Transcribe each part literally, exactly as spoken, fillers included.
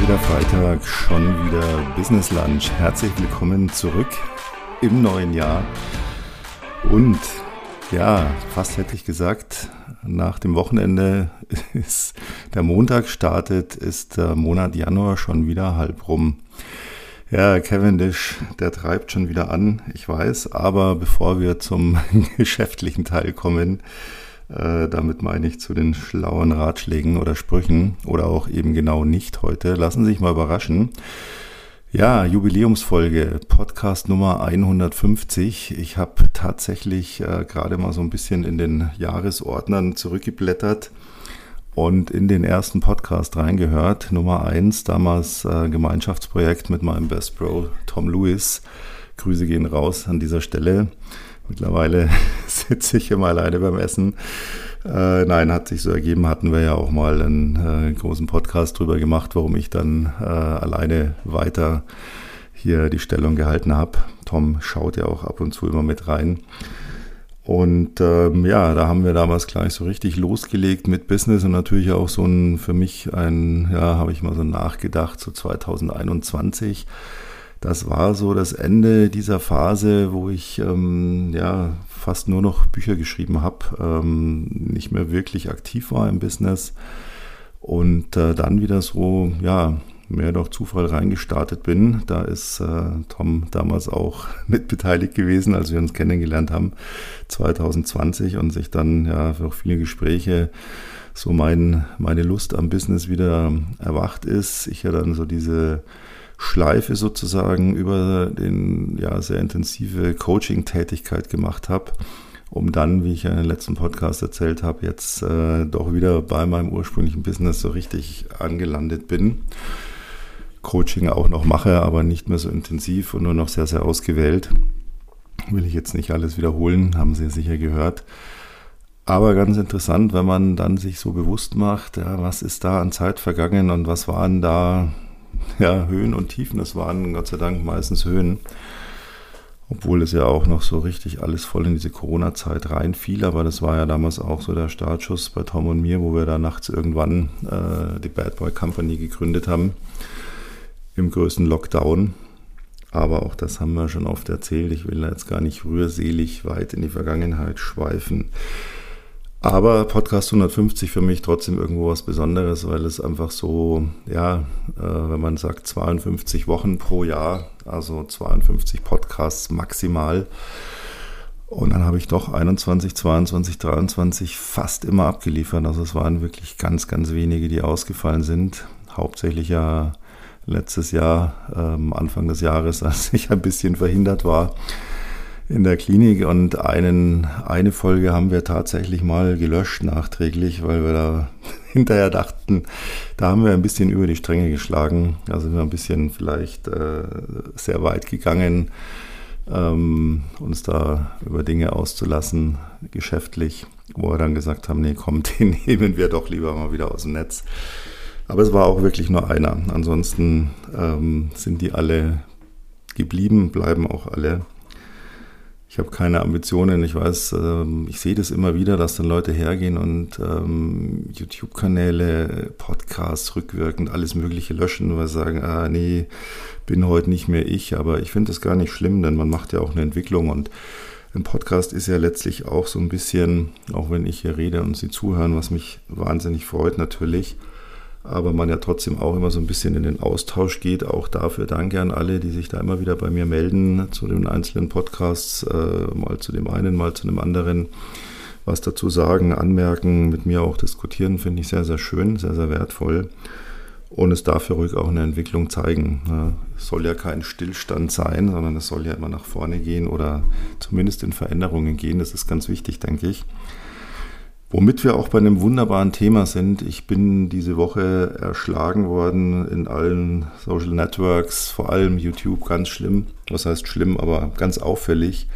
wieder Freitag, schon wieder Business Lunch. Herzlich willkommen zurück im neuen Jahr. Und ja, fast hätte ich gesagt, nach dem Wochenende ist der Montag startet, ist der Monat Januar schon wieder halb rum. Ja, Cavendish, der treibt schon wieder an, ich weiß, aber bevor wir zum geschäftlichen Teil kommen, Äh, damit meine ich zu den schlauen Ratschlägen oder Sprüchen oder auch eben genau nicht heute. Lassen Sie sich mal überraschen. Ja, Jubiläumsfolge, Podcast Nummer hundertfünfzig. Ich habe tatsächlich äh, gerade mal so ein bisschen in den Jahresordnern zurückgeblättert und in den ersten Podcast reingehört. Nummer eins, damals äh, Gemeinschaftsprojekt mit meinem Best Bro Tom Lewis. Grüße gehen raus an dieser Stelle. Mittlerweile sitze ich immer alleine beim Essen. Äh, nein, hat sich so ergeben, hatten wir ja auch mal einen äh, großen Podcast drüber gemacht, warum ich dann äh, alleine weiter hier die Stellung gehalten habe. Tom schaut ja auch ab und zu immer mit rein. Und ähm, ja, da haben wir damals gleich so richtig losgelegt mit Business und natürlich auch so ein, für mich ein, ja, habe ich mal so nachgedacht, so zweitausendeinundzwanzig. Das war so das Ende dieser Phase, wo ich ähm, ja fast nur noch Bücher geschrieben habe, ähm, nicht mehr wirklich aktiv war im Business und äh, dann wieder so, ja, mehr durch Zufall reingestartet bin. Da ist äh, Tom damals auch mit beteiligt gewesen, als wir uns kennengelernt haben, zwanzig zwanzig und sich dann ja durch viele Gespräche so mein, meine Lust am Business wieder erwacht ist. Ich ja dann so diese Schleife sozusagen über den ja sehr intensive Coaching-Tätigkeit gemacht habe, um dann, wie ich ja in den letzten Podcast erzählt habe, jetzt äh, doch wieder bei meinem ursprünglichen Business so richtig angelandet bin. Coaching auch noch mache, aber nicht mehr so intensiv und nur noch sehr, sehr ausgewählt. Will ich jetzt nicht alles wiederholen, haben Sie ja sicher gehört. Aber ganz interessant, wenn man dann sich so bewusst macht, ja, was ist da an Zeit vergangen und was waren da ja, Höhen und Tiefen, das waren Gott sei Dank meistens Höhen, obwohl es ja auch noch so richtig alles voll in diese Corona-Zeit reinfiel, aber das war ja damals auch so der Startschuss bei Tom und mir, wo wir da nachts irgendwann äh, die Bad Boy Company gegründet haben, im größten Lockdown, aber auch das haben wir schon oft erzählt, ich will da jetzt gar nicht rührselig weit in die Vergangenheit schweifen. Aber Podcast hundertfünfzig für mich trotzdem irgendwo was Besonderes, weil es einfach so, ja, äh, wenn man sagt zweiundfünfzig Wochen pro Jahr, also zweiundfünfzig Podcasts maximal. Und dann habe ich doch einundzwanzig, zweiundzwanzig, dreiundzwanzig fast immer abgeliefert. Also es waren wirklich ganz, ganz wenige, die ausgefallen sind. Hauptsächlich ja letztes Jahr, ähm, Anfang des Jahres, als ich ein bisschen verhindert war in der Klinik und einen, eine Folge haben wir tatsächlich mal gelöscht nachträglich, weil wir da hinterher dachten, da haben wir ein bisschen über die Stränge geschlagen, da sind wir ein bisschen vielleicht äh, sehr weit gegangen, ähm, uns da über Dinge auszulassen, geschäftlich, wo wir dann gesagt haben, nee komm, den nehmen wir doch lieber mal wieder aus dem Netz. Aber es war auch wirklich nur einer, ansonsten ähm, sind die alle geblieben, bleiben auch alle. Ich habe keine Ambitionen, ich weiß, ähm, ich sehe das immer wieder, dass dann Leute hergehen und ähm, YouTube-Kanäle, Podcasts rückwirkend, alles Mögliche löschen, weil sie sagen, ah nee, bin heute nicht mehr ich, aber ich finde das gar nicht schlimm, denn man macht ja auch eine Entwicklung und ein Podcast ist ja letztlich auch so ein bisschen, auch wenn ich hier rede und Sie zuhören, was mich wahnsinnig freut natürlich, aber man ja trotzdem auch immer so ein bisschen in den Austausch geht. Auch dafür danke an alle, die sich da immer wieder bei mir melden zu den einzelnen Podcasts, äh, mal zu dem einen, mal zu dem anderen, was dazu sagen, anmerken, mit mir auch diskutieren, finde ich sehr, sehr schön, sehr, sehr wertvoll. Und es darf ja ruhig auch eine Entwicklung zeigen. Ja, es soll ja kein Stillstand sein, sondern es soll ja immer nach vorne gehen oder zumindest in Veränderungen gehen. Das ist ganz wichtig, denke ich. Womit wir auch bei einem wunderbaren Thema sind. Ich bin diese Woche erschlagen worden in allen Social Networks, vor allem YouTube, ganz schlimm. Was heißt schlimm, aber ganz auffällig.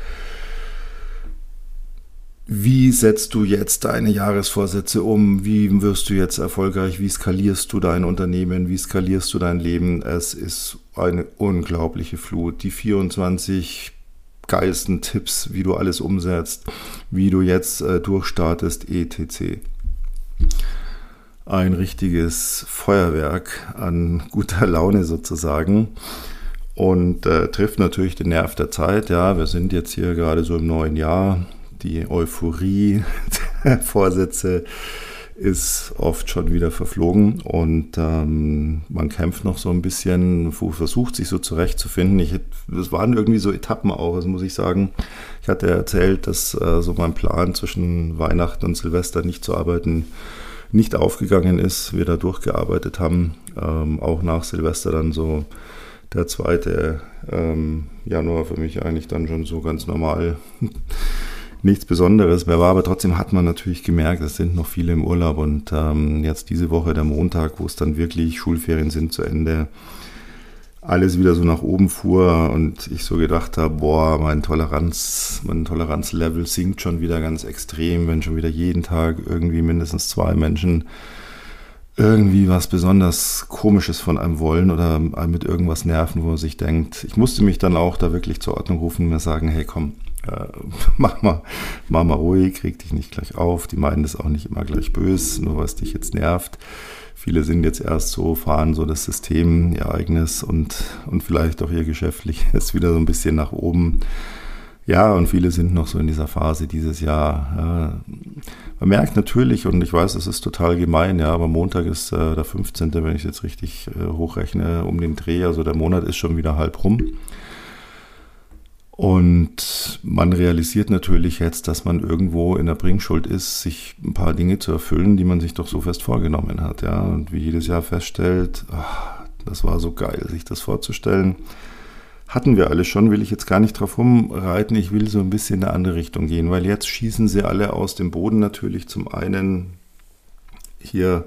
Wie setzt du jetzt deine Jahresvorsätze um? Wie wirst du jetzt erfolgreich? Wie skalierst du dein Unternehmen? Wie skalierst du dein Leben? Es ist eine unglaubliche Flut. Die vierundzwanzig geilsten Tipps, wie du alles umsetzt, wie du jetzt äh, durchstartest, et cetera. ein richtiges Feuerwerk an guter Laune sozusagen und äh, trifft natürlich den Nerv der Zeit. Ja, wir sind jetzt hier gerade so im neuen Jahr. Die Euphorie der Vorsätze ist oft schon wieder verflogen und ähm, man kämpft noch so ein bisschen, versucht sich so zurechtzufinden. Ich, das waren irgendwie so Etappen auch, das muss ich sagen. Ich hatte erzählt, dass äh, so mein Plan zwischen Weihnachten und Silvester nicht zu arbeiten nicht aufgegangen ist. Wir da durchgearbeitet haben, ähm, auch nach Silvester dann so der zweite ähm, Januar für mich eigentlich dann schon so ganz normal. Nichts Besonderes mehr war, aber trotzdem hat man natürlich gemerkt, es sind noch viele im Urlaub und ähm, jetzt diese Woche, der Montag, wo es dann wirklich Schulferien sind zu Ende, alles wieder so nach oben fuhr und ich so gedacht habe, boah, mein Toleranz, mein Toleranzlevel sinkt schon wieder ganz extrem, wenn schon wieder jeden Tag irgendwie mindestens zwei Menschen irgendwie was besonders Komisches von einem wollen oder einem mit irgendwas nerven, wo man sich denkt, ich musste mich dann auch da wirklich zur Ordnung rufen und mir sagen, hey komm, äh, mach mal, mach mal ruhig, reg dich nicht gleich auf, die meinen das auch nicht immer gleich böse, nur was dich jetzt nervt. Viele sind jetzt erst so, fahren so das System, ihr eigenes und, und vielleicht auch ihr geschäftliches wieder so ein bisschen nach oben. Ja, und viele sind noch so in dieser Phase dieses Jahr. Ja. Man merkt natürlich, und ich weiß, es ist total gemein, ja, aber Montag ist äh, der fünfzehnte, wenn ich jetzt richtig äh, hochrechne, um den Dreh. Also der Monat ist schon wieder halb rum. Und man realisiert natürlich jetzt, dass man irgendwo in der Bringschuld ist, sich ein paar Dinge zu erfüllen, die man sich doch so fest vorgenommen hat. Ja. Und wie jedes Jahr feststellt, ach, das war so geil, sich das vorzustellen. Hatten wir alle schon, will ich jetzt gar nicht drauf rumreiten, ich will so ein bisschen in eine andere Richtung gehen, weil jetzt schießen sie alle aus dem Boden natürlich. Zum einen hier,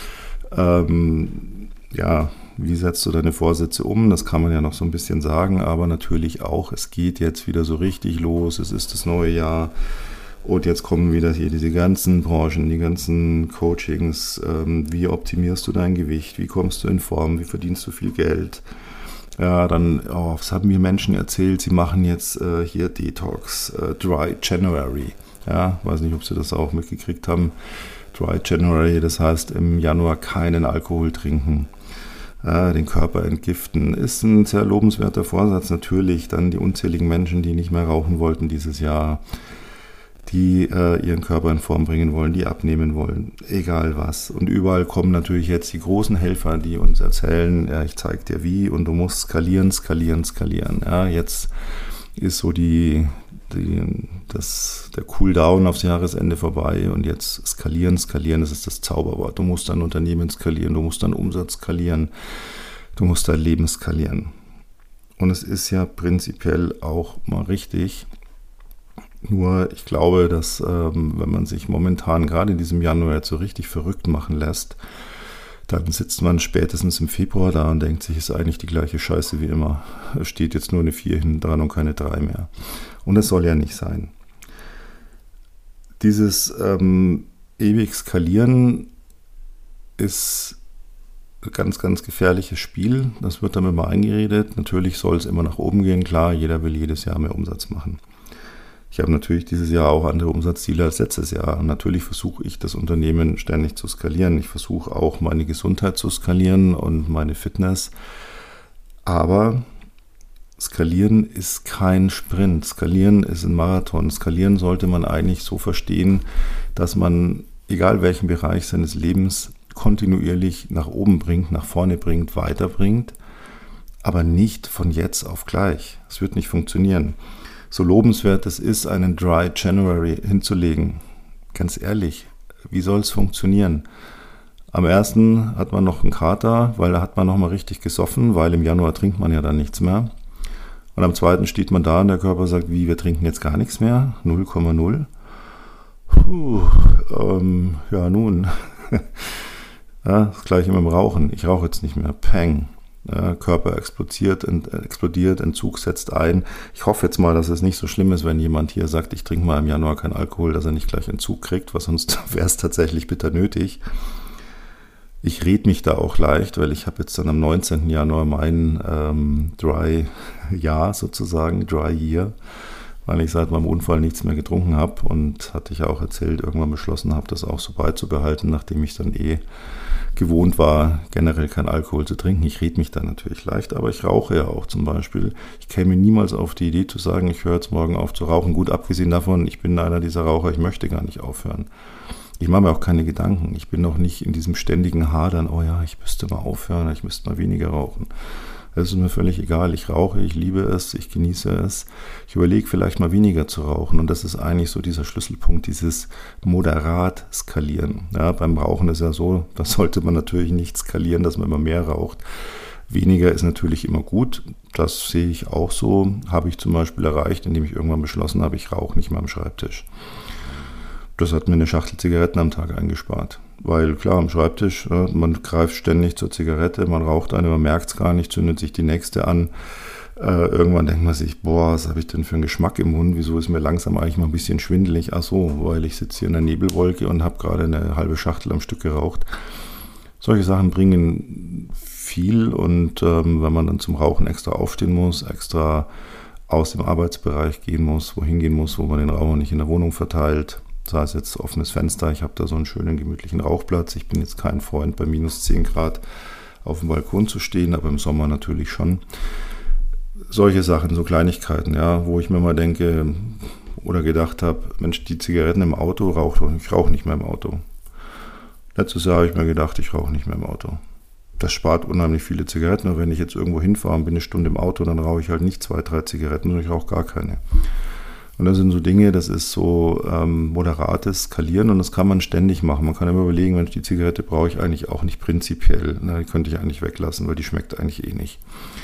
ähm, ja, wie setzt du deine Vorsätze um? Das kann man ja noch so ein bisschen sagen, aber natürlich auch, es geht jetzt wieder so richtig los, es ist das neue Jahr und jetzt kommen wieder hier diese ganzen Branchen, die ganzen Coachings, ähm, wie optimierst du dein Gewicht, wie kommst du in Form, wie verdienst du viel Geld? Ja, dann, oh, was haben mir Menschen erzählt, sie machen jetzt äh, hier Detox, äh, Dry January. Ja, weiß nicht, ob sie das auch mitgekriegt haben. Dry January, das heißt im Januar keinen Alkohol trinken, äh, den Körper entgiften. Ist ein sehr lobenswerter Vorsatz natürlich. Dann die unzähligen Menschen, die nicht mehr rauchen wollten dieses Jahr, die äh, ihren Körper in Form bringen wollen, die abnehmen wollen, egal was. Und überall kommen natürlich jetzt die großen Helfer, die uns erzählen, ja, ich zeige dir wie und du musst skalieren, skalieren, skalieren. Ja, jetzt ist so die, die, das, der Cooldown aufs Jahresende vorbei und jetzt skalieren, skalieren, das ist das Zauberwort. Du musst dein Unternehmen skalieren, du musst deinen Umsatz skalieren, du musst dein Leben skalieren. Und es ist ja prinzipiell auch mal richtig. Nur ich glaube, dass ähm, wenn man sich momentan gerade in diesem Januar jetzt so richtig verrückt machen lässt, dann sitzt man spätestens im Februar da und denkt sich, ist eigentlich die gleiche Scheiße wie immer. Es steht jetzt nur eine vier hinten dran und keine drei mehr. Und das soll ja nicht sein. Dieses ähm, ewig Skalieren ist ein ganz, ganz gefährliches Spiel. Das wird dann immer eingeredet. Natürlich soll es immer nach oben gehen. Klar, jeder will jedes Jahr mehr Umsatz machen. Ich habe natürlich dieses Jahr auch andere Umsatzziele als letztes Jahr. Und natürlich versuche ich, das Unternehmen ständig zu skalieren. Ich versuche auch, meine Gesundheit zu skalieren und meine Fitness. Aber Skalieren ist kein Sprint. Skalieren ist ein Marathon. Skalieren sollte man eigentlich so verstehen, dass man, egal welchen Bereich seines Lebens, kontinuierlich nach oben bringt, nach vorne bringt, weiterbringt, aber nicht von jetzt auf gleich. Es wird nicht funktionieren. So lobenswert es ist, einen Dry January hinzulegen. Ganz ehrlich, wie soll es funktionieren? Am ersten hat man noch einen Kater, weil da hat man noch mal richtig gesoffen, weil im Januar trinkt man ja dann nichts mehr. Und am zweiten steht man da und der Körper sagt, wie, wir trinken jetzt gar nichts mehr? null Komma null. Puh, ähm, ja nun. Ja, das gleiche mit dem Rauchen. Ich rauche jetzt nicht mehr. Peng. Ja, Körper explodiert, ent, explodiert, Entzug setzt ein. Ich hoffe jetzt mal, dass es nicht so schlimm ist, wenn jemand hier sagt, ich trinke mal im Januar keinen Alkohol, dass er nicht gleich Entzug kriegt, weil sonst wäre es tatsächlich bitter nötig. Ich red mich da auch leicht, weil ich habe jetzt dann am neunzehnten Januar mein ähm, Dry Jahr sozusagen, Dry Year, weil ich seit meinem Unfall nichts mehr getrunken habe und hatte ich ja auch erzählt, irgendwann beschlossen habe, das auch so beizubehalten, nachdem ich dann eh gewohnt war, generell kein Alkohol zu trinken. Ich rede mich da natürlich leicht, aber ich rauche ja auch zum Beispiel. Ich käme niemals auf die Idee zu sagen, ich höre jetzt morgen auf zu rauchen. Gut, abgesehen davon, ich bin einer dieser Raucher, ich möchte gar nicht aufhören. Ich mache mir auch keine Gedanken. Ich bin noch nicht in diesem ständigen Hadern, oh ja, ich müsste mal aufhören, ich müsste mal weniger rauchen. Das ist mir völlig egal. Ich rauche, ich liebe es, ich genieße es. Ich überlege vielleicht mal weniger zu rauchen. Und das ist eigentlich so dieser Schlüsselpunkt, dieses moderat skalieren. Ja, beim Rauchen ist ja so, da sollte man natürlich nicht skalieren, dass man immer mehr raucht. Weniger ist natürlich immer gut. Das sehe ich auch so. Habe ich zum Beispiel erreicht, indem ich irgendwann beschlossen habe, ich rauche nicht mehr am Schreibtisch. Das hat mir eine Schachtel Zigaretten am Tag eingespart. Weil klar, am Schreibtisch, man greift ständig zur Zigarette, man raucht eine, man merkt es gar nicht, zündet sich die nächste an. Äh, irgendwann denkt man sich, boah, was habe ich denn für einen Geschmack im Mund? Wieso ist mir langsam eigentlich mal ein bisschen schwindelig? Ach so, weil ich sitze hier in der Nebelwolke und habe gerade eine halbe Schachtel am Stück geraucht. Solche Sachen bringen viel und ähm, wenn man dann zum Rauchen extra aufstehen muss, extra aus dem Arbeitsbereich gehen muss, wohin gehen muss, wo man den Rauch nicht in der Wohnung verteilt, sei es jetzt offenes Fenster, ich habe da so einen schönen gemütlichen Rauchplatz. Ich bin jetzt kein Freund, bei minus zehn Grad auf dem Balkon zu stehen, aber im Sommer natürlich schon. Solche Sachen, so Kleinigkeiten, ja, wo ich mir mal denke oder gedacht habe, Mensch, die Zigaretten im Auto, rauch doch, ich rauche nicht mehr im Auto. Letztes Jahr habe ich mir gedacht, ich rauche nicht mehr im Auto. Das spart unheimlich viele Zigaretten, aber wenn ich jetzt irgendwo hinfahre und bin eine Stunde im Auto, dann rauche ich halt nicht zwei, drei Zigaretten, sondern ich rauche gar keine. Und das sind so Dinge, das ist so ähm, moderates Skalieren und das kann man ständig machen. Man kann immer überlegen, Mensch, die Zigarette brauche ich eigentlich auch nicht prinzipiell. Na, die könnte ich eigentlich weglassen, weil die schmeckt eigentlich eh nicht.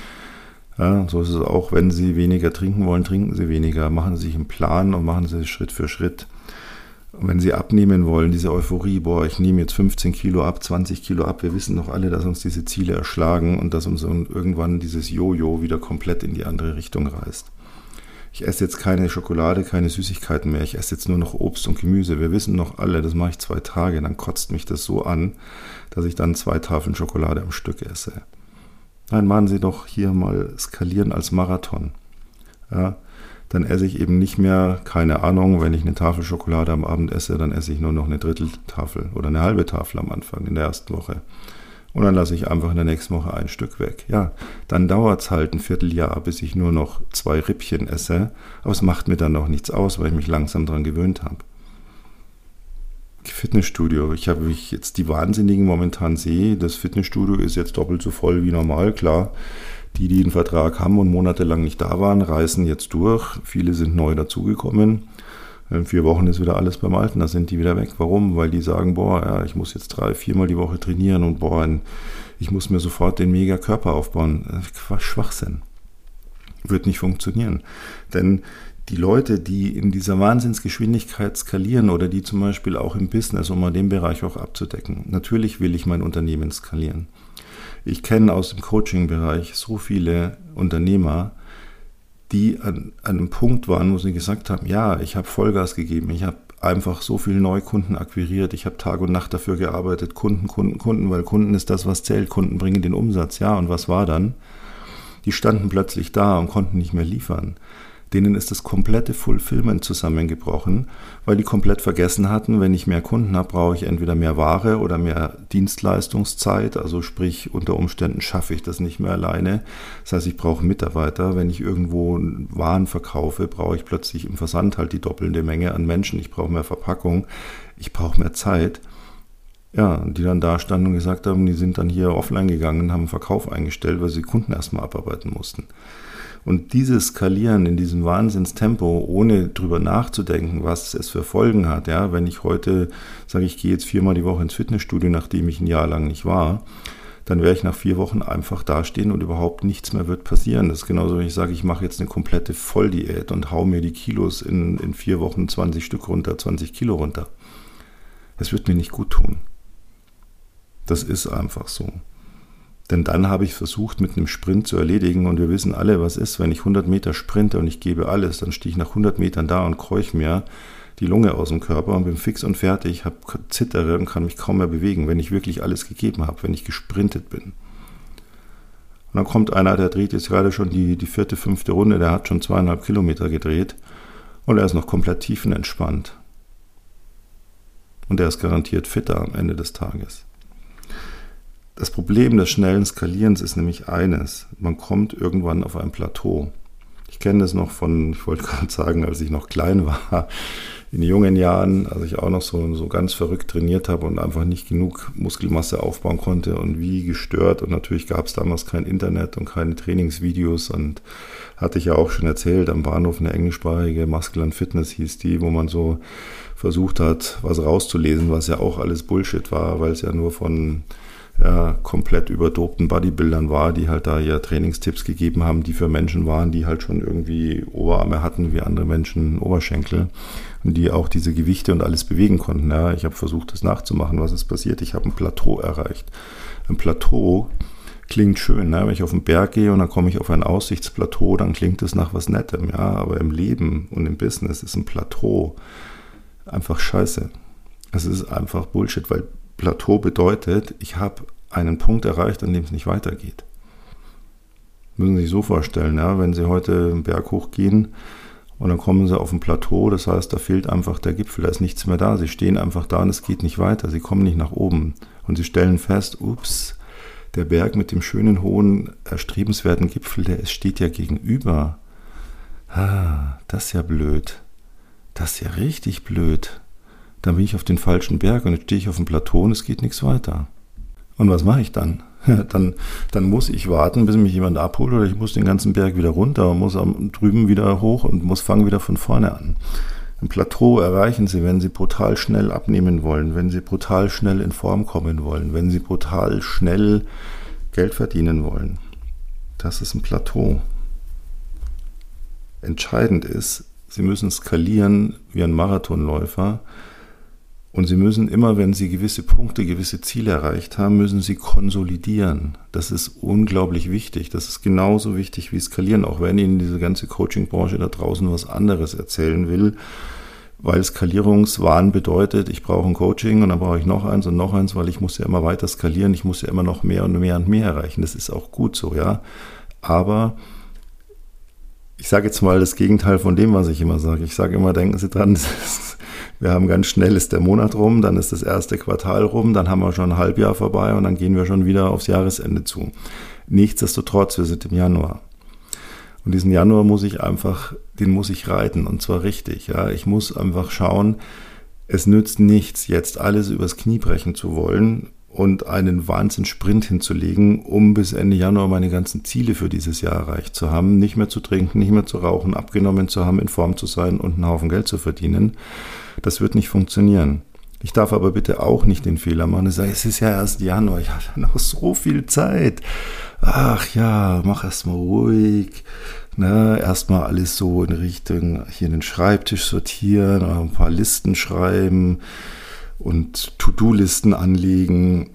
Ja, so ist es auch, wenn Sie weniger trinken wollen, trinken Sie weniger. Machen Sie sich einen Plan und machen Sie es Schritt für Schritt. Und wenn Sie abnehmen wollen, diese Euphorie, boah, ich nehme jetzt fünfzehn Kilo ab, zwanzig Kilo ab, wir wissen doch alle, dass uns diese Ziele erschlagen und dass uns irgendwann dieses Jojo wieder komplett in die andere Richtung reißt. Ich esse jetzt keine Schokolade, keine Süßigkeiten mehr, ich esse jetzt nur noch Obst und Gemüse. Wir wissen noch alle, das mache ich zwei Tage, dann kotzt mich das so an, dass ich dann zwei Tafeln Schokolade am Stück esse. Nein, machen Sie doch hier mal skalieren als Marathon. Ja, dann esse ich eben nicht mehr, keine Ahnung, wenn ich eine Tafel Schokolade am Abend esse, dann esse ich nur noch eine Dritteltafel oder eine halbe Tafel am Anfang in der ersten Woche. Und dann lasse ich einfach in der nächsten Woche ein Stück weg. Ja, dann dauert es halt ein Vierteljahr, bis ich nur noch zwei Rippchen esse. Aber es macht mir dann auch nichts aus, weil ich mich langsam daran gewöhnt habe. Fitnessstudio. Ich habe, wie ich jetzt die Wahnsinnigen momentan sehe, das Fitnessstudio ist jetzt doppelt so voll wie normal, klar. Die, die einen Vertrag haben und monatelang nicht da waren, reißen jetzt durch. Viele sind neu dazugekommen. In vier Wochen ist wieder alles beim Alten, da sind die wieder weg. Warum? Weil die sagen, boah, ja, ich muss jetzt drei, viermal die Woche trainieren und boah, ich muss mir sofort den mega Körper aufbauen. Schwachsinn. Wird nicht funktionieren. Denn die Leute, die in dieser Wahnsinnsgeschwindigkeit skalieren oder die zum Beispiel auch im Business, um mal den Bereich auch abzudecken, natürlich will ich mein Unternehmen skalieren. Ich kenne aus dem Coaching-Bereich so viele Unternehmer, die an, an einem Punkt waren, wo sie gesagt haben, ja, ich habe Vollgas gegeben, ich habe einfach so viele Neukunden akquiriert, ich habe Tag und Nacht dafür gearbeitet, Kunden, Kunden, Kunden, weil Kunden ist das, was zählt, Kunden bringen den Umsatz, ja, und was war dann? Die standen plötzlich da und konnten nicht mehr liefern. Denen ist das komplette Fulfillment zusammengebrochen, weil die komplett vergessen hatten, wenn ich mehr Kunden habe, brauche ich entweder mehr Ware oder mehr Dienstleistungszeit, also sprich unter Umständen schaffe ich das nicht mehr alleine. Das heißt, ich brauche Mitarbeiter. Wenn ich irgendwo Waren verkaufe, brauche ich plötzlich im Versand halt die doppelte Menge an Menschen. Ich brauche mehr Verpackung, ich brauche mehr Zeit. Ja, die dann da standen und gesagt haben, die sind dann hier offline gegangen und haben einen Verkauf eingestellt, weil sie Kunden erstmal abarbeiten mussten. Und dieses Skalieren in diesem Wahnsinnstempo, ohne drüber nachzudenken, was es für Folgen hat, ja, wenn ich heute sage, ich gehe jetzt viermal die Woche ins Fitnessstudio, nachdem ich ein Jahr lang nicht war, dann werde ich nach vier Wochen einfach dastehen und überhaupt nichts mehr wird passieren. Das ist genauso, wenn ich sage, ich mache jetzt eine komplette Volldiät und hau mir die Kilos in, in vier Wochen zwanzig Stück runter, zwanzig Kilo runter. Das wird mir nicht gut tun. Das ist einfach so. Denn dann habe ich versucht, mit einem Sprint zu erledigen und wir wissen alle, was ist, wenn ich hundert Meter sprinte und ich gebe alles, dann stehe ich nach hundert Metern da und keuche mir die Lunge aus dem Körper und bin fix und fertig, habe zittere und kann mich kaum mehr bewegen, wenn ich wirklich alles gegeben habe, wenn ich gesprintet bin. Und dann kommt einer, der dreht jetzt gerade schon die, die vierte, fünfte Runde, der hat schon zweieinhalb Kilometer gedreht Und er ist noch komplett tiefenentspannt. Und er ist garantiert fitter am Ende des Tages. Das Problem des schnellen Skalierens ist nämlich eines. Man kommt irgendwann auf ein Plateau. Ich kenne das noch von, ich wollte gerade sagen, als ich noch klein war, in jungen Jahren, als ich auch noch so, so ganz verrückt trainiert habe und einfach nicht genug Muskelmasse aufbauen konnte und wie gestört. Und natürlich gab es damals kein Internet und keine Trainingsvideos und hatte ich ja auch schon erzählt, am Bahnhof eine englischsprachige Muscle and Fitness hieß die, wo man so versucht hat, was rauszulesen, was ja auch alles Bullshit war, weil es ja nur von ja, komplett überdopten Bodybuildern war, die halt da ja Trainingstipps gegeben haben, die für Menschen waren, die halt schon irgendwie Oberarme hatten, wie andere Menschen Oberschenkel und die auch diese Gewichte und alles bewegen konnten. Ja, ich habe versucht, das nachzumachen. Was ist passiert? Ich habe ein Plateau erreicht. Ein Plateau klingt schön, ne? Wenn ich auf den Berg gehe und dann komme ich auf ein Aussichtsplateau, dann klingt es nach was Nettem. Ja? Aber im Leben und im Business ist ein Plateau einfach scheiße. Es ist einfach Bullshit, weil Plateau bedeutet, ich habe einen Punkt erreicht, an dem es nicht weitergeht. Müssen Sie sich so vorstellen, ja, wenn Sie heute einen Berg hochgehen und dann kommen Sie auf ein Plateau, das heißt, da fehlt einfach der Gipfel, da ist nichts mehr da. Sie stehen einfach da und es geht nicht weiter, Sie kommen nicht nach oben. Und Sie stellen fest, ups, der Berg mit dem schönen, hohen, erstrebenswerten Gipfel, der steht ja gegenüber. Ah, das ist ja blöd. Das ist ja richtig blöd. Dann bin ich auf den falschen Berg und jetzt stehe ich auf dem Plateau und es geht nichts weiter. Und was mache ich dann? dann? Dann muss ich warten, bis mich jemand abholt oder ich muss den ganzen Berg wieder runter und muss am, drüben wieder hoch und muss fangen wieder von vorne an. Ein Plateau erreichen Sie, wenn Sie brutal schnell abnehmen wollen, wenn Sie brutal schnell in Form kommen wollen, wenn Sie brutal schnell Geld verdienen wollen. Das ist ein Plateau. Entscheidend ist, Sie müssen skalieren wie ein Marathonläufer. Und Sie müssen immer, wenn Sie gewisse Punkte, gewisse Ziele erreicht haben, müssen Sie konsolidieren. Das ist unglaublich wichtig. Das ist genauso wichtig wie Skalieren, auch wenn Ihnen diese ganze Coaching-Branche da draußen was anderes erzählen will, weil Skalierungswahn bedeutet, ich brauche ein Coaching und dann brauche ich noch eins und noch eins, weil ich muss ja immer weiter skalieren, ich muss ja immer noch mehr und mehr und mehr erreichen. Das ist auch gut so, ja. Aber ich sage jetzt mal das Gegenteil von dem, was ich immer sage. Ich sage immer, denken Sie dran, das ist wir haben ganz schnell ist der Monat rum, dann ist das erste Quartal rum, dann haben wir schon ein Halbjahr vorbei und dann gehen wir schon wieder aufs Jahresende zu. Nichtsdestotrotz, wir sind im Januar. Und diesen Januar muss ich einfach, den muss ich reiten und zwar richtig. Ja, ich muss einfach schauen, es nützt nichts, jetzt alles übers Knie brechen zu wollen und einen Wahnsinns-Sprint hinzulegen, um bis Ende Januar meine ganzen Ziele für dieses Jahr erreicht zu haben, nicht mehr zu trinken, nicht mehr zu rauchen, abgenommen zu haben, in Form zu sein und einen Haufen Geld zu verdienen. Das wird nicht funktionieren. Ich darf aber bitte auch nicht den Fehler machen. Ich sage, es ist ja erst Januar, ich habe noch so viel Zeit. Ach ja, mach erst mal ruhig. Ne, erstmal alles so in Richtung hier den Schreibtisch sortieren, ein paar Listen schreiben und To-Do-Listen anlegen.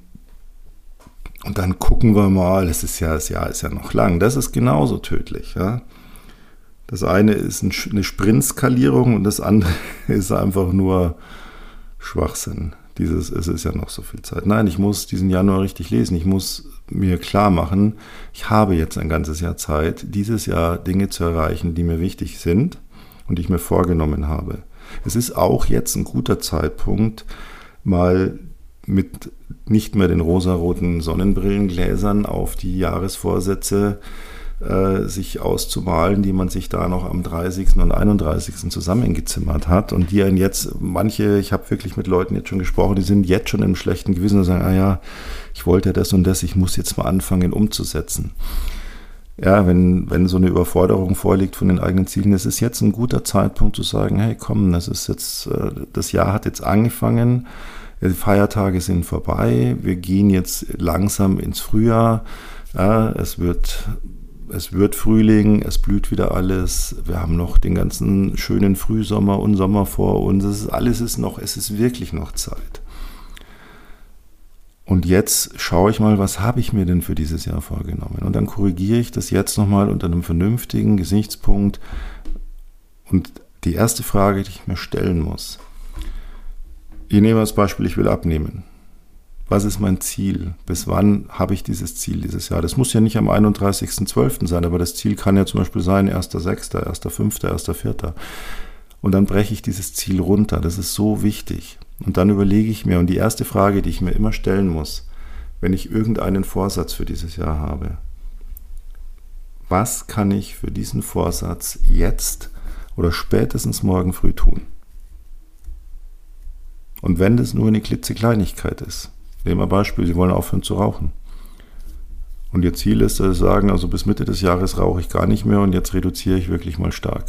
Und dann gucken wir mal, es ist ja, das Jahr ist ja noch lang. Das ist genauso tödlich, ja. Das eine ist eine Sprintskalierung und das andere ist einfach nur Schwachsinn. Dieses, es ist ja noch so viel Zeit. Nein, ich muss diesen Januar richtig lesen. Ich muss mir klar machen, ich habe jetzt ein ganzes Jahr Zeit, dieses Jahr Dinge zu erreichen, die mir wichtig sind und die ich mir vorgenommen habe. Es ist auch jetzt ein guter Zeitpunkt, mal mit nicht mehr den rosaroten Sonnenbrillengläsern auf die Jahresvorsätze sich auszumalen, die man sich da noch am dreißigsten und einunddreißigsten zusammengezimmert hat und die einen jetzt, manche, ich habe wirklich mit Leuten jetzt schon gesprochen, die sind jetzt schon im schlechten Gewissen und sagen, ah ja, ich wollte ja das und das, ich muss jetzt mal anfangen umzusetzen. Ja, wenn, wenn so eine Überforderung vorliegt von den eigenen Zielen, es ist jetzt ein guter Zeitpunkt zu sagen, hey komm, das ist jetzt, das Jahr hat jetzt angefangen, die Feiertage sind vorbei, wir gehen jetzt langsam ins Frühjahr, ja, es wird Es wird Frühling, es blüht wieder alles, wir haben noch den ganzen schönen Frühsommer und Sommer vor uns, es ist, alles ist noch, es ist wirklich noch Zeit. Und jetzt schaue ich mal, was habe ich mir denn für dieses Jahr vorgenommen? Und dann korrigiere ich das jetzt nochmal unter einem vernünftigen Gesichtspunkt. Und die erste Frage, die ich mir stellen muss, ich nehme als Beispiel, ich will abnehmen. Was ist mein Ziel? Bis wann habe ich dieses Ziel dieses Jahr? Das muss ja nicht am einunddreißigsten zwölften sein, aber das Ziel kann ja zum Beispiel sein, erster sechster, erster fünfter, erster vierter Und dann breche ich dieses Ziel runter. Das ist so wichtig. Und dann überlege ich mir, und die erste Frage, die ich mir immer stellen muss, wenn ich irgendeinen Vorsatz für dieses Jahr habe, was kann ich für diesen Vorsatz jetzt oder spätestens morgen früh tun? Und wenn das nur eine klitzekleinigkeit ist, nehmen wir ein Beispiel, Sie wollen aufhören zu rauchen. Und Ihr Ziel ist, dass Sie sagen, also bis Mitte des Jahres rauche ich gar nicht mehr und jetzt reduziere ich wirklich mal stark.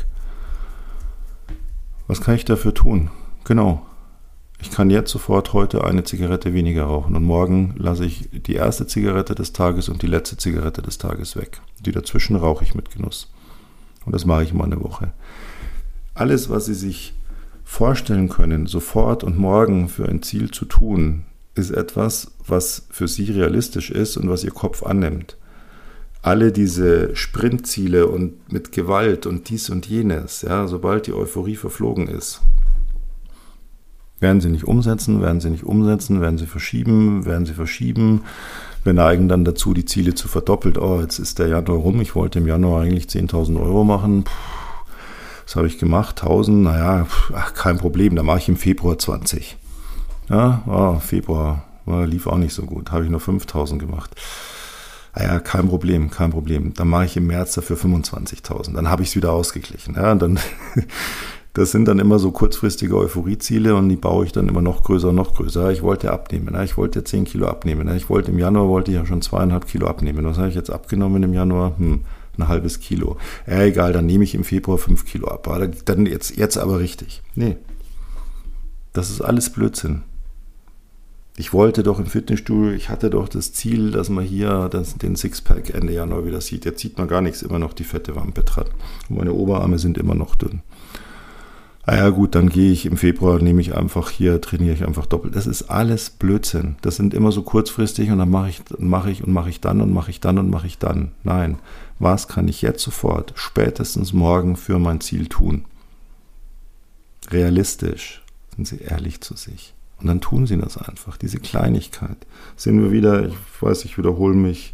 Was kann ich dafür tun? Genau. Ich kann jetzt sofort heute eine Zigarette weniger rauchen und morgen lasse ich die erste Zigarette des Tages und die letzte Zigarette des Tages weg. Die dazwischen rauche ich mit Genuss. Und das mache ich mal eine Woche. Alles, was Sie sich vorstellen können, sofort und morgen für ein Ziel zu tun, ist etwas, was für Sie realistisch ist und was Ihr Kopf annimmt. Alle diese Sprintziele und mit Gewalt und dies und jenes, ja, sobald die Euphorie verflogen ist, werden Sie nicht umsetzen, werden Sie nicht umsetzen, werden Sie verschieben, werden Sie verschieben. Wir neigen dann dazu, die Ziele zu verdoppelt. Oh, jetzt ist der Januar rum, ich wollte im Januar eigentlich zehntausend Euro machen. Puh, was habe ich gemacht? tausend, naja, ach, kein Problem, da mache ich im Februar zwanzig. Ja, oh, Februar oh, lief auch nicht so gut, habe ich nur fünftausend gemacht. Naja, kein Problem, kein Problem. Dann mache ich im März dafür fünfundzwanzigtausend. Dann habe ich es wieder ausgeglichen. Ja, dann... Das sind dann immer so kurzfristige Euphorieziele und die baue ich dann immer noch größer und noch größer. Ich wollte abnehmen, ich wollte zehn Kilo abnehmen. Ich wollte im Januar wollte ich ja schon zweieinhalb Kilo abnehmen. Was habe ich jetzt abgenommen im Januar? Hm, ein halbes Kilo. Ja, egal, dann nehme ich im Februar fünf Kilo ab. Dann jetzt, jetzt aber richtig. Nee, das ist alles Blödsinn. Ich wollte doch im Fitnessstudio, ich hatte doch das Ziel, dass man hier das, den Sixpack Ende Januar wieder sieht. Jetzt sieht man gar nichts, immer noch die fette Wampe dran. Und meine Oberarme sind immer noch dünn. Ah ja gut, dann gehe ich im Februar, nehme ich einfach hier, trainiere ich einfach doppelt. Das ist alles Blödsinn. Das sind immer so kurzfristig und dann mache ich, mache ich und mache ich dann und mache ich dann und mache ich dann. Nein, was kann ich jetzt sofort, spätestens morgen für mein Ziel tun? Realistisch, sind Sie ehrlich zu sich. Und dann tun Sie das einfach, diese Kleinigkeit. Sehen wir wieder, ich weiß, ich wiederhole mich.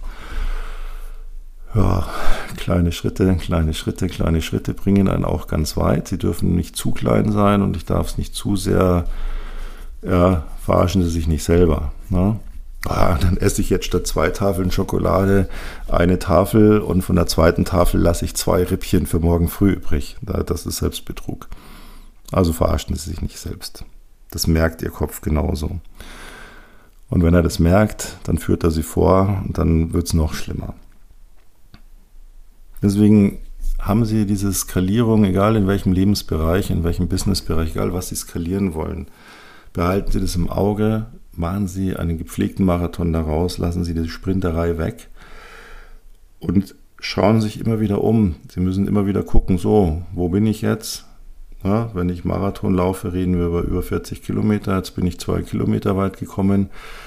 Ja, kleine Schritte, kleine Schritte, kleine Schritte bringen einen auch ganz weit. Sie dürfen nicht zu klein sein und ich darf es nicht zu sehr, ja, verarschen Sie sich nicht selber. Ne? Ah, dann esse ich jetzt statt zwei Tafeln Schokolade eine Tafel und von der zweiten Tafel lasse ich zwei Rippchen für morgen früh übrig. Das ist Selbstbetrug. Also verarschen Sie sich nicht selbst. Das merkt Ihr Kopf genauso. Und wenn er das merkt, dann führt er Sie vor und dann wird es noch schlimmer. Deswegen haben Sie diese Skalierung, egal in welchem Lebensbereich, in welchem Businessbereich, egal was Sie skalieren wollen, behalten Sie das im Auge, machen Sie einen gepflegten Marathon daraus, lassen Sie die Sprinterei weg und schauen sich immer wieder um. Sie müssen immer wieder gucken, so, wo bin ich jetzt? Ja, wenn ich Marathon laufe, reden wir über über vierzig Kilometer, jetzt bin ich zwei Kilometer weit gekommen.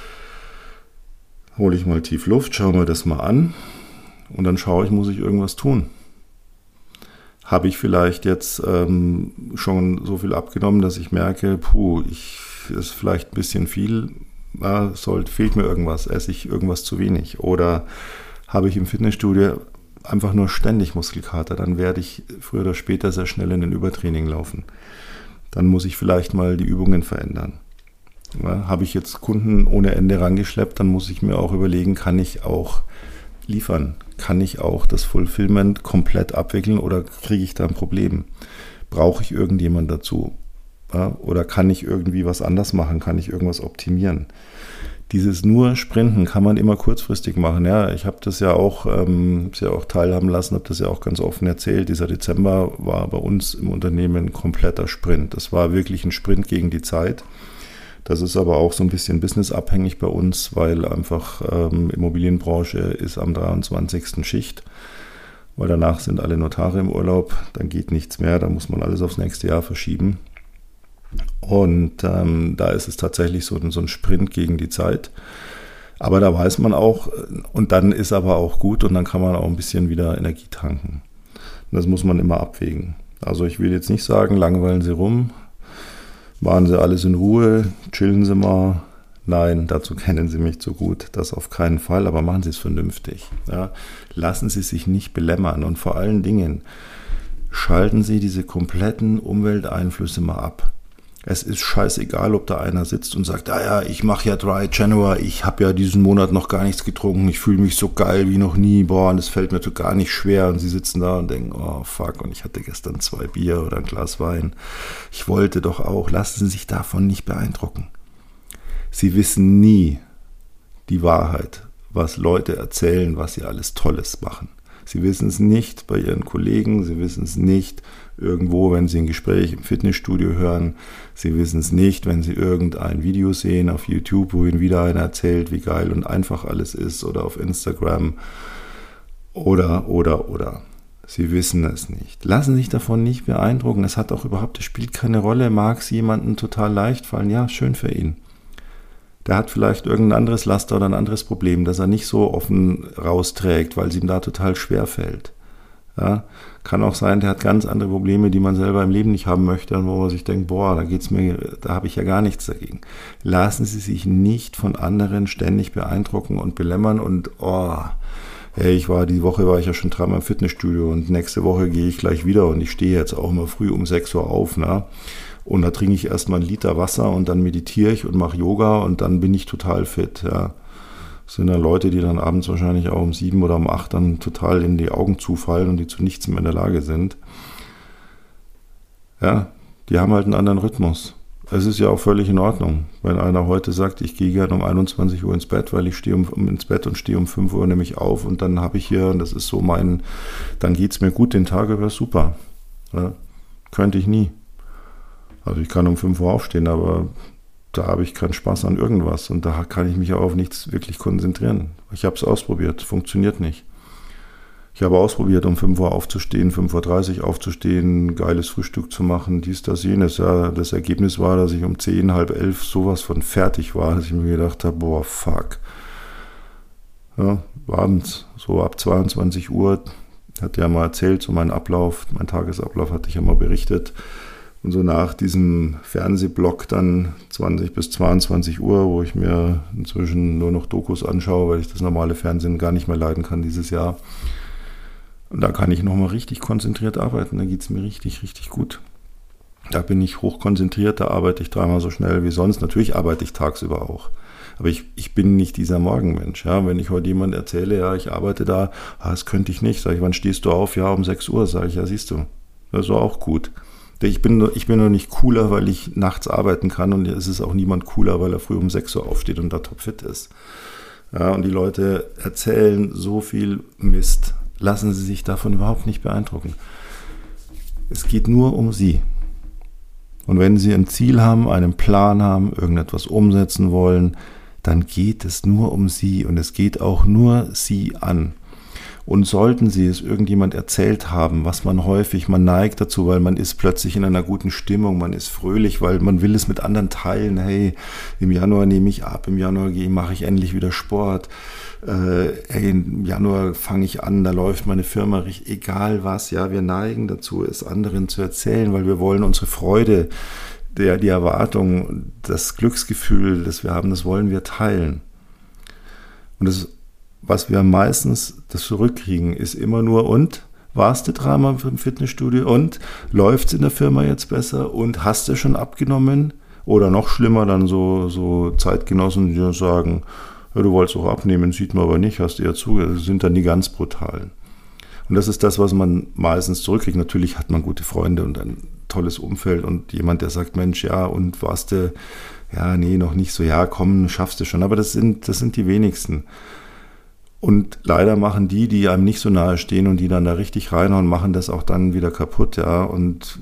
Hole ich mal tief Luft, schaue mir das mal an. Und dann schaue ich, muss ich irgendwas tun? Habe ich vielleicht jetzt ähm, schon so viel abgenommen, dass ich merke, puh, ich, ist vielleicht ein bisschen viel, ja, sollte, fehlt mir irgendwas, esse ich irgendwas zu wenig? Oder habe ich im Fitnessstudio einfach nur ständig Muskelkater, dann werde ich früher oder später sehr schnell in ein Übertraining laufen. Dann muss ich vielleicht mal die Übungen verändern. Ja, habe ich jetzt Kunden ohne Ende rangeschleppt, dann muss ich mir auch überlegen, kann ich auch liefern? Kann ich auch das Fulfillment komplett abwickeln oder kriege ich da ein Problem? Brauche ich irgendjemand dazu? Ja, oder kann ich irgendwie was anders machen? Kann ich irgendwas optimieren? Dieses nur Sprinten kann man immer kurzfristig machen. Ja, ich habe das ja auch, ähm, ja auch teilhaben lassen, habe das ja auch ganz offen erzählt. Dieser Dezember war bei uns im Unternehmen ein kompletter Sprint. Das war wirklich ein Sprint gegen die Zeit. Das ist aber auch so ein bisschen businessabhängig bei uns, weil einfach ähm, Immobilienbranche ist am dreiundzwanzigsten Schicht, weil danach sind alle Notare im Urlaub, dann geht nichts mehr, da muss man alles aufs nächste Jahr verschieben. Und ähm, da ist es tatsächlich so, so ein Sprint gegen die Zeit. Aber da weiß man auch, und dann ist aber auch gut und dann kann man auch ein bisschen wieder Energie tanken. Und das muss man immer abwägen. Also ich will jetzt nicht sagen, langweilen Sie rum, machen Sie alles in Ruhe, chillen Sie mal. Nein, dazu kennen Sie mich zu gut, das auf keinen Fall, aber machen Sie es vernünftig. Ja. Lassen Sie sich nicht belämmern und vor allen Dingen schalten Sie diese kompletten Umwelteinflüsse mal ab. Es ist scheißegal, ob da einer sitzt und sagt, ah ja, ich mache ja Dry January, ich habe ja diesen Monat noch gar nichts getrunken, ich fühle mich so geil wie noch nie, boah, und es fällt mir so gar nicht schwer. Und Sie sitzen da und denken, oh fuck, und ich hatte gestern zwei Bier oder ein Glas Wein. Ich wollte doch auch. Lassen Sie sich davon nicht beeindrucken. Sie wissen nie die Wahrheit, was Leute erzählen, was sie alles Tolles machen. Sie wissen es nicht bei Ihren Kollegen, Sie wissen es nicht irgendwo, wenn Sie ein Gespräch im Fitnessstudio hören. Sie wissen es nicht, wenn Sie irgendein Video sehen auf YouTube, wo Ihnen wieder einer erzählt, wie geil und einfach alles ist, oder auf Instagram oder, oder, oder. Sie wissen es nicht. Lassen Sie sich davon nicht beeindrucken. Es hat auch überhaupt, es spielt keine Rolle. Mag es jemandem total leicht fallen? Ja, schön für ihn. Der hat vielleicht irgendein anderes Laster oder ein anderes Problem, das er nicht so offen rausträgt, weil es ihm da total schwer fällt. Ja, kann auch sein, der hat ganz andere Probleme, die man selber im Leben nicht haben möchte, und wo man sich denkt, boah, da geht's mir, da habe ich ja gar nichts dagegen. Lassen Sie sich nicht von anderen ständig beeindrucken und belämmern und oh, hey, ich war die Woche war ich ja schon dreimal im Fitnessstudio und nächste Woche gehe ich gleich wieder und ich stehe jetzt auch immer früh um sechs Uhr auf, ne? Und da trinke ich erstmal einen Liter Wasser und dann meditiere ich und mache Yoga und dann bin ich total fit. Ja. Das sind ja Leute, die dann abends wahrscheinlich auch um sieben oder um acht dann total in die Augen zufallen und die zu nichts mehr in der Lage sind. Ja, die haben halt einen anderen Rhythmus. Es ist ja auch völlig in Ordnung, wenn einer heute sagt, ich gehe gerne um einundzwanzig Uhr ins Bett, weil ich stehe um, um ins Bett und stehe um fünf Uhr nämlich auf und dann habe ich hier, und das ist so mein, dann geht es mir gut den Tag über, super. Ja, könnte ich nie. Also ich kann um fünf Uhr aufstehen, aber da habe ich keinen Spaß an irgendwas und da kann ich mich auch auf nichts wirklich konzentrieren. Ich habe es ausprobiert, funktioniert nicht. Ich habe ausprobiert, um fünf Uhr aufzustehen, fünf Uhr dreißig aufzustehen, geiles Frühstück zu machen, dies, das, jenes. Ja, das Ergebnis war, dass ich um zehn, halb elf sowas von fertig war, dass ich mir gedacht habe, boah, fuck. Ja, abends, so ab zweiundzwanzig Uhr, hat ja mal erzählt, so mein Ablauf, mein Tagesablauf hatte ich ja mal berichtet. Und so nach diesem Fernsehblock dann zwanzig bis zweiundzwanzig Uhr, wo ich mir inzwischen nur noch Dokus anschaue, weil ich das normale Fernsehen gar nicht mehr leiden kann dieses Jahr. Und da kann ich nochmal richtig konzentriert arbeiten, da geht es mir richtig, richtig gut. Da bin ich hochkonzentriert, da arbeite ich dreimal so schnell wie sonst. Natürlich arbeite ich tagsüber auch. Aber ich, ich bin nicht dieser Morgenmensch. Ja? Wenn ich heute jemand erzähle, ja, ich arbeite da, ah, das könnte ich nicht. Sag ich, wann stehst du auf? Ja, um sechs Uhr. Sag ich, ja, siehst du, das ist auch gut. Ich bin, ich bin noch nicht cooler, weil ich nachts arbeiten kann, und es ist auch niemand cooler, weil er früh um sechs Uhr aufsteht und da topfit ist. Ja, und die Leute erzählen so viel Mist. Lassen Sie sich davon überhaupt nicht beeindrucken. Es geht nur um Sie. Und wenn Sie ein Ziel haben, einen Plan haben, irgendetwas umsetzen wollen, dann geht es nur um Sie und es geht auch nur Sie an. Und sollten Sie es irgendjemand erzählt haben, was man häufig, man neigt dazu, weil man ist plötzlich in einer guten Stimmung, man ist fröhlich, weil man will es mit anderen teilen. Hey, im Januar nehme ich ab, im Januar mache ich endlich wieder Sport. Äh, hey, im Januar fange ich an, da läuft meine Firma richtig, egal was. Ja, wir neigen dazu, es anderen zu erzählen, weil wir wollen unsere Freude, der, die Erwartung, das Glücksgefühl, das wir haben, das wollen wir teilen. Und das was wir meistens das zurückkriegen, ist immer nur, und warst du dreimal im Fitnessstudio und läuft es in der Firma jetzt besser und hast du schon abgenommen? Oder noch schlimmer, dann so, so Zeitgenossen, die sagen, ja, du wolltest auch abnehmen, sieht man aber nicht, hast du ja zu, das sind dann die ganz brutalen. Und das ist das, was man meistens zurückkriegt. Natürlich hat man gute Freunde und ein tolles Umfeld und jemand, der sagt, Mensch, ja, und warst du, ja, nee, noch nicht so, ja, komm, schaffst du schon. Aber das sind, das sind die wenigsten. Und leider machen die, die einem nicht so nahe stehen und die dann da richtig reinhauen, machen das auch dann wieder kaputt, ja. Und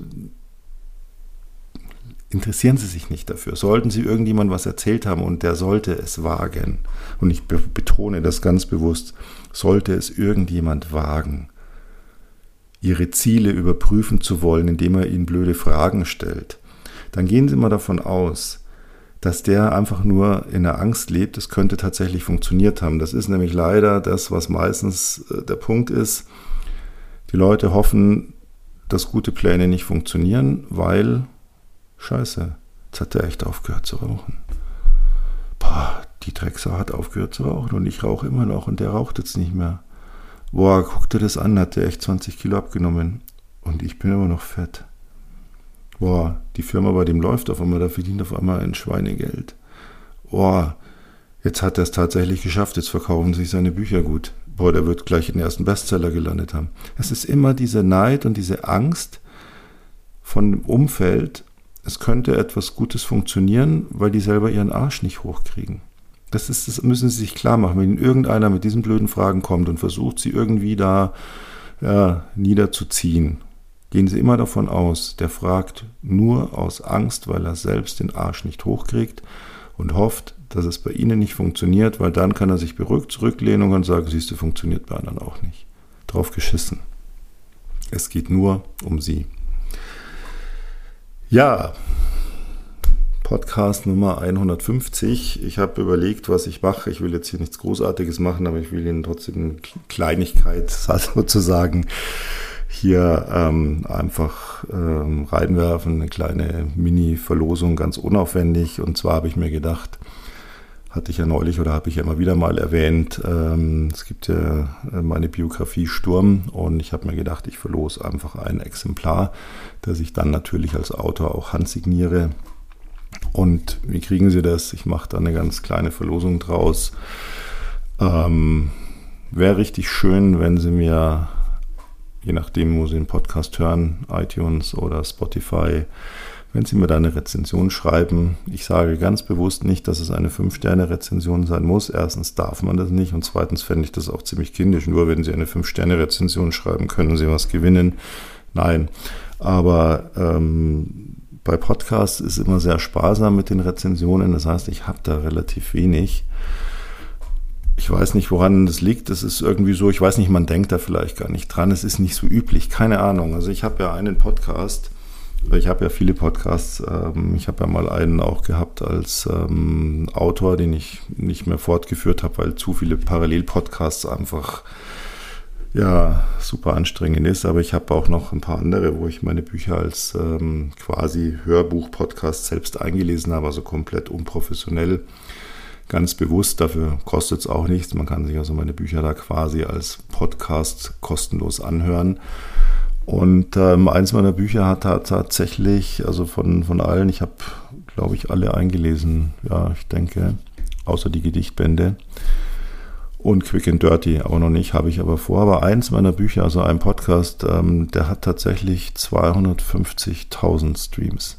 interessieren Sie sich nicht dafür. Sollten Sie irgendjemand was erzählt haben und der sollte es wagen, und ich betone das ganz bewusst, sollte es irgendjemand wagen, Ihre Ziele überprüfen zu wollen, indem er Ihnen blöde Fragen stellt, dann gehen Sie mal davon aus, dass der einfach nur in der Angst lebt, das könnte tatsächlich funktioniert haben. Das ist nämlich leider das, was meistens der Punkt ist. Die Leute hoffen, dass gute Pläne nicht funktionieren, weil, scheiße, jetzt hat der echt aufgehört zu rauchen. Boah, die Drecksau hat aufgehört zu rauchen und ich rauche immer noch und der raucht jetzt nicht mehr. Boah, guck dir das an, hat der echt zwanzig Kilo abgenommen. und ich bin immer noch fett. Boah, die Firma, bei dem läuft auf einmal, da verdient auf einmal ein Schweinegeld. Boah, jetzt hat er es tatsächlich geschafft, jetzt verkaufen sich seine Bücher gut. Boah, der wird gleich in den ersten Bestseller gelandet haben. Es ist immer diese Neid und diese Angst von dem Umfeld, es könnte etwas Gutes funktionieren, weil die selber ihren Arsch nicht hochkriegen. Das ist, das müssen sie sich klar machen. Wenn irgendeiner mit diesen blöden Fragen kommt und versucht, sie irgendwie da ja, niederzuziehen, gehen sie immer davon aus, der fragt nur aus Angst, weil er selbst den Arsch nicht hochkriegt und hofft, dass es bei ihnen nicht funktioniert, weil dann kann er sich beruhigt zurücklehnen und sagen, siehst du, funktioniert bei anderen auch nicht. Drauf geschissen. Es geht nur um sie. Ja, Podcast Nummer hundertfünfzig. Ich habe überlegt, was ich mache. Ich will jetzt hier nichts Großartiges machen, aber ich will Ihnen trotzdem eine Kleinigkeit sozusagen hier ähm, einfach ähm, reinwerfen. Eine kleine Mini-Verlosung, ganz unaufwendig. Und zwar habe ich mir gedacht, hatte ich ja neulich oder habe ich ja immer wieder mal erwähnt, ähm, es gibt ja meine Biografie Sturm und ich habe mir gedacht, ich verlose einfach ein Exemplar, das ich dann natürlich als Autor auch handsigniere. Und wie kriegen Sie das? Ich mache da eine ganz kleine Verlosung draus. Ähm, wäre richtig schön, wenn Sie mir, je nachdem, wo Sie den Podcast hören, iTunes oder Spotify, wenn Sie mir da eine Rezension schreiben. Ich sage ganz bewusst nicht, dass es eine fünf Sterne Rezension sein muss. Erstens darf man das nicht und zweitens fände ich das auch ziemlich kindisch. Nur wenn Sie eine fünf Sterne Rezension schreiben, können Sie was gewinnen. Nein, aber ähm, bei Podcasts ist immer sehr sparsam mit den Rezensionen. Das heißt, ich habe da relativ wenig. Ich weiß nicht, woran das liegt. Das ist irgendwie so, ich weiß nicht, man denkt da vielleicht gar nicht dran. Es ist nicht so üblich, keine Ahnung. Also ich habe ja einen Podcast, ich habe ja viele Podcasts. Ich habe ja mal einen auch gehabt als ähm, Autor, den ich nicht mehr fortgeführt habe, weil zu viele Parallel-Podcasts einfach ja super anstrengend ist. Aber ich habe auch noch ein paar andere, wo ich meine Bücher als ähm, quasi Hörbuch-Podcast selbst eingelesen habe, also komplett unprofessionell. Ganz bewusst, dafür kostet es auch nichts. Man kann sich also meine Bücher da quasi als Podcast kostenlos anhören. Und ähm, eins meiner Bücher hat tatsächlich, also von, von allen, ich habe, glaube ich, alle eingelesen, ja, ich denke, außer die Gedichtbände. Und Quick and Dirty auch noch nicht, habe ich aber vor. Aber eins meiner Bücher, also ein Podcast, ähm, der hat tatsächlich zweihundertfünfzigtausend Streams.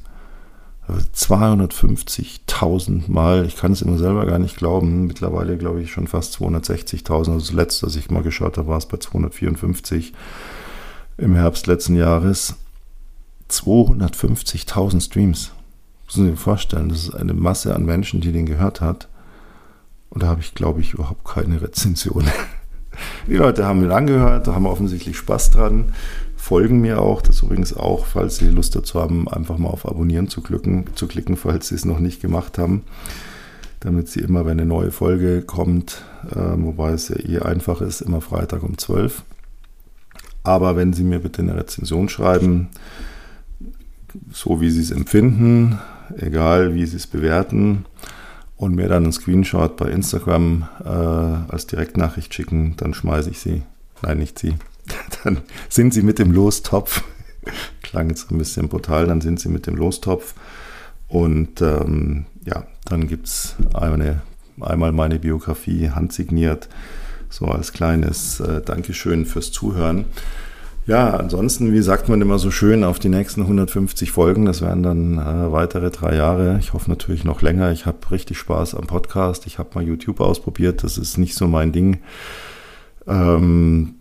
zweihundertfünfzigtausend Mal, ich kann es immer selber gar nicht glauben, mittlerweile glaube ich schon fast zweihundertsechzigtausend, also das letzte, als ich mal geschaut habe, war es bei zweihundertvierundfünfzig im Herbst letzten Jahres. zweihundertfünfzigtausend Streams, müssen Sie sich vorstellen, das ist eine Masse an Menschen, die den gehört hat und da habe ich, glaube ich, überhaupt keine Rezension. Die Leute haben ihn angehört, da haben offensichtlich Spaß dran, folgen mir auch, das übrigens auch, falls Sie Lust dazu haben, einfach mal auf Abonnieren zu klicken, zu klicken, falls Sie es noch nicht gemacht haben, damit Sie immer, wenn eine neue Folge kommt, äh, wobei es ja eh einfach ist, immer Freitag um zwölf. Aber wenn Sie mir bitte eine Rezension schreiben, so wie Sie es empfinden, egal wie Sie es bewerten, und mir dann einen Screenshot bei Instagram äh, als Direktnachricht schicken, dann schmeiße ich Sie, nein, nicht Sie, dann sind Sie mit dem Lostopf, klang jetzt ein bisschen brutal, dann sind Sie mit dem Lostopf und ähm, ja, dann gibt es eine, einmal meine Biografie handsigniert, so als kleines äh, Dankeschön fürs Zuhören. Ja, ansonsten, wie sagt man immer so schön, auf die nächsten hundertfünfzig Folgen, das wären dann äh, weitere drei Jahre. Ich hoffe natürlich noch länger. Ich habe richtig Spaß am Podcast. Ich habe mal YouTube ausprobiert, das ist nicht so mein Ding, ähm,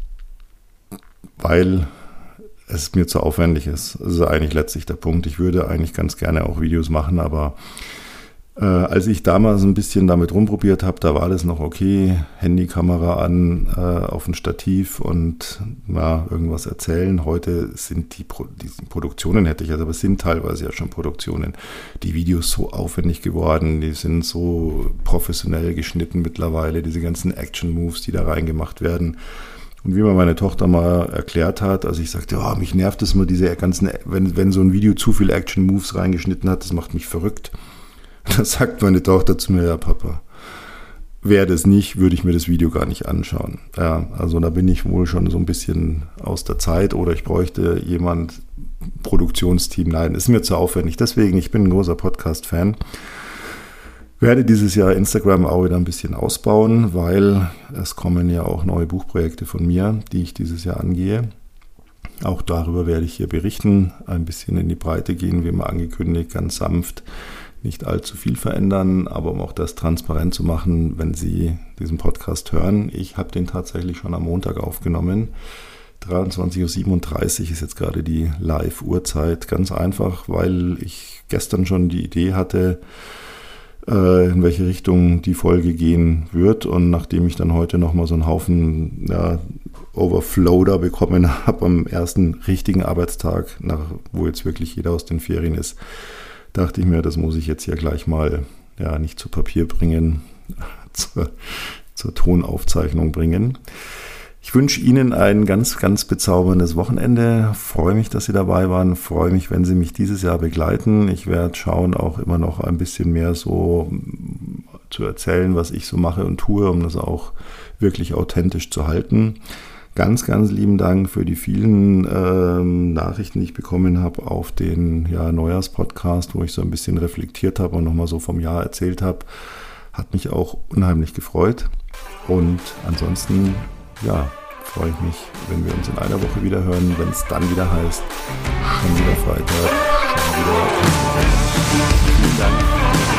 weil es mir zu aufwendig ist. Das ist eigentlich letztlich der Punkt. Ich würde eigentlich ganz gerne auch Videos machen, aber Äh, als ich damals ein bisschen damit rumprobiert habe, da war das noch okay, Handykamera an, äh, auf ein Stativ und ja, irgendwas erzählen. Heute sind die, Pro- die Produktionen, hätte ich also, aber es sind teilweise ja schon Produktionen, die Videos so aufwendig geworden, die sind so professionell geschnitten mittlerweile, diese ganzen Action-Moves, die da reingemacht werden. Und wie mir meine Tochter mal erklärt hat, also ich sagte, oh, mich nervt es immer, diese ganzen, wenn, wenn so ein Video zu viel Action-Moves reingeschnitten hat, das macht mich verrückt. Da sagt meine Tochter zu mir, ja Papa, wäre das nicht, würde ich mir das Video gar nicht anschauen. Ja, also da bin ich wohl schon so ein bisschen aus der Zeit oder ich bräuchte jemand, Produktionsteam. Nein, ist mir zu aufwendig. Deswegen, ich bin ein großer Podcast-Fan. Werde dieses Jahr Instagram auch wieder ein bisschen ausbauen, weil es kommen ja auch neue Buchprojekte von mir, die ich dieses Jahr angehe. Auch darüber werde ich hier berichten, ein bisschen in die Breite gehen, wie immer angekündigt, ganz sanft. Nicht allzu viel verändern, aber um auch das transparent zu machen, wenn Sie diesen Podcast hören. Ich habe den tatsächlich schon am Montag aufgenommen. dreiundzwanzig Uhr siebenunddreißig ist jetzt gerade die Live-Uhrzeit. Ganz einfach, weil ich gestern schon die Idee hatte, in welche Richtung die Folge gehen wird. Und nachdem ich dann heute nochmal so einen Haufen ja, Overflow da bekommen habe am ersten richtigen Arbeitstag, nach, wo jetzt wirklich jeder aus den Ferien ist, dachte ich mir, das muss ich jetzt hier gleich mal ja nicht zu Papier bringen, zur, zur Tonaufzeichnung bringen. Ich wünsche Ihnen ein ganz, ganz bezauberndes Wochenende. Freue mich, dass Sie dabei waren. Freue mich, wenn Sie mich dieses Jahr begleiten. Ich werde schauen, auch immer noch ein bisschen mehr so zu erzählen, was ich so mache und tue, um das auch wirklich authentisch zu halten. Ganz, ganz lieben Dank für die vielen ähm, Nachrichten, die ich bekommen habe auf den ja, Neujahrspodcast, wo ich so ein bisschen reflektiert habe und nochmal so vom Jahr erzählt habe. Hat mich auch unheimlich gefreut. Und ansonsten, ja, freue ich mich, wenn wir uns in einer Woche wieder hören, wenn es dann wieder heißt, schon wieder Freitag, schon wieder. Vielen Dank.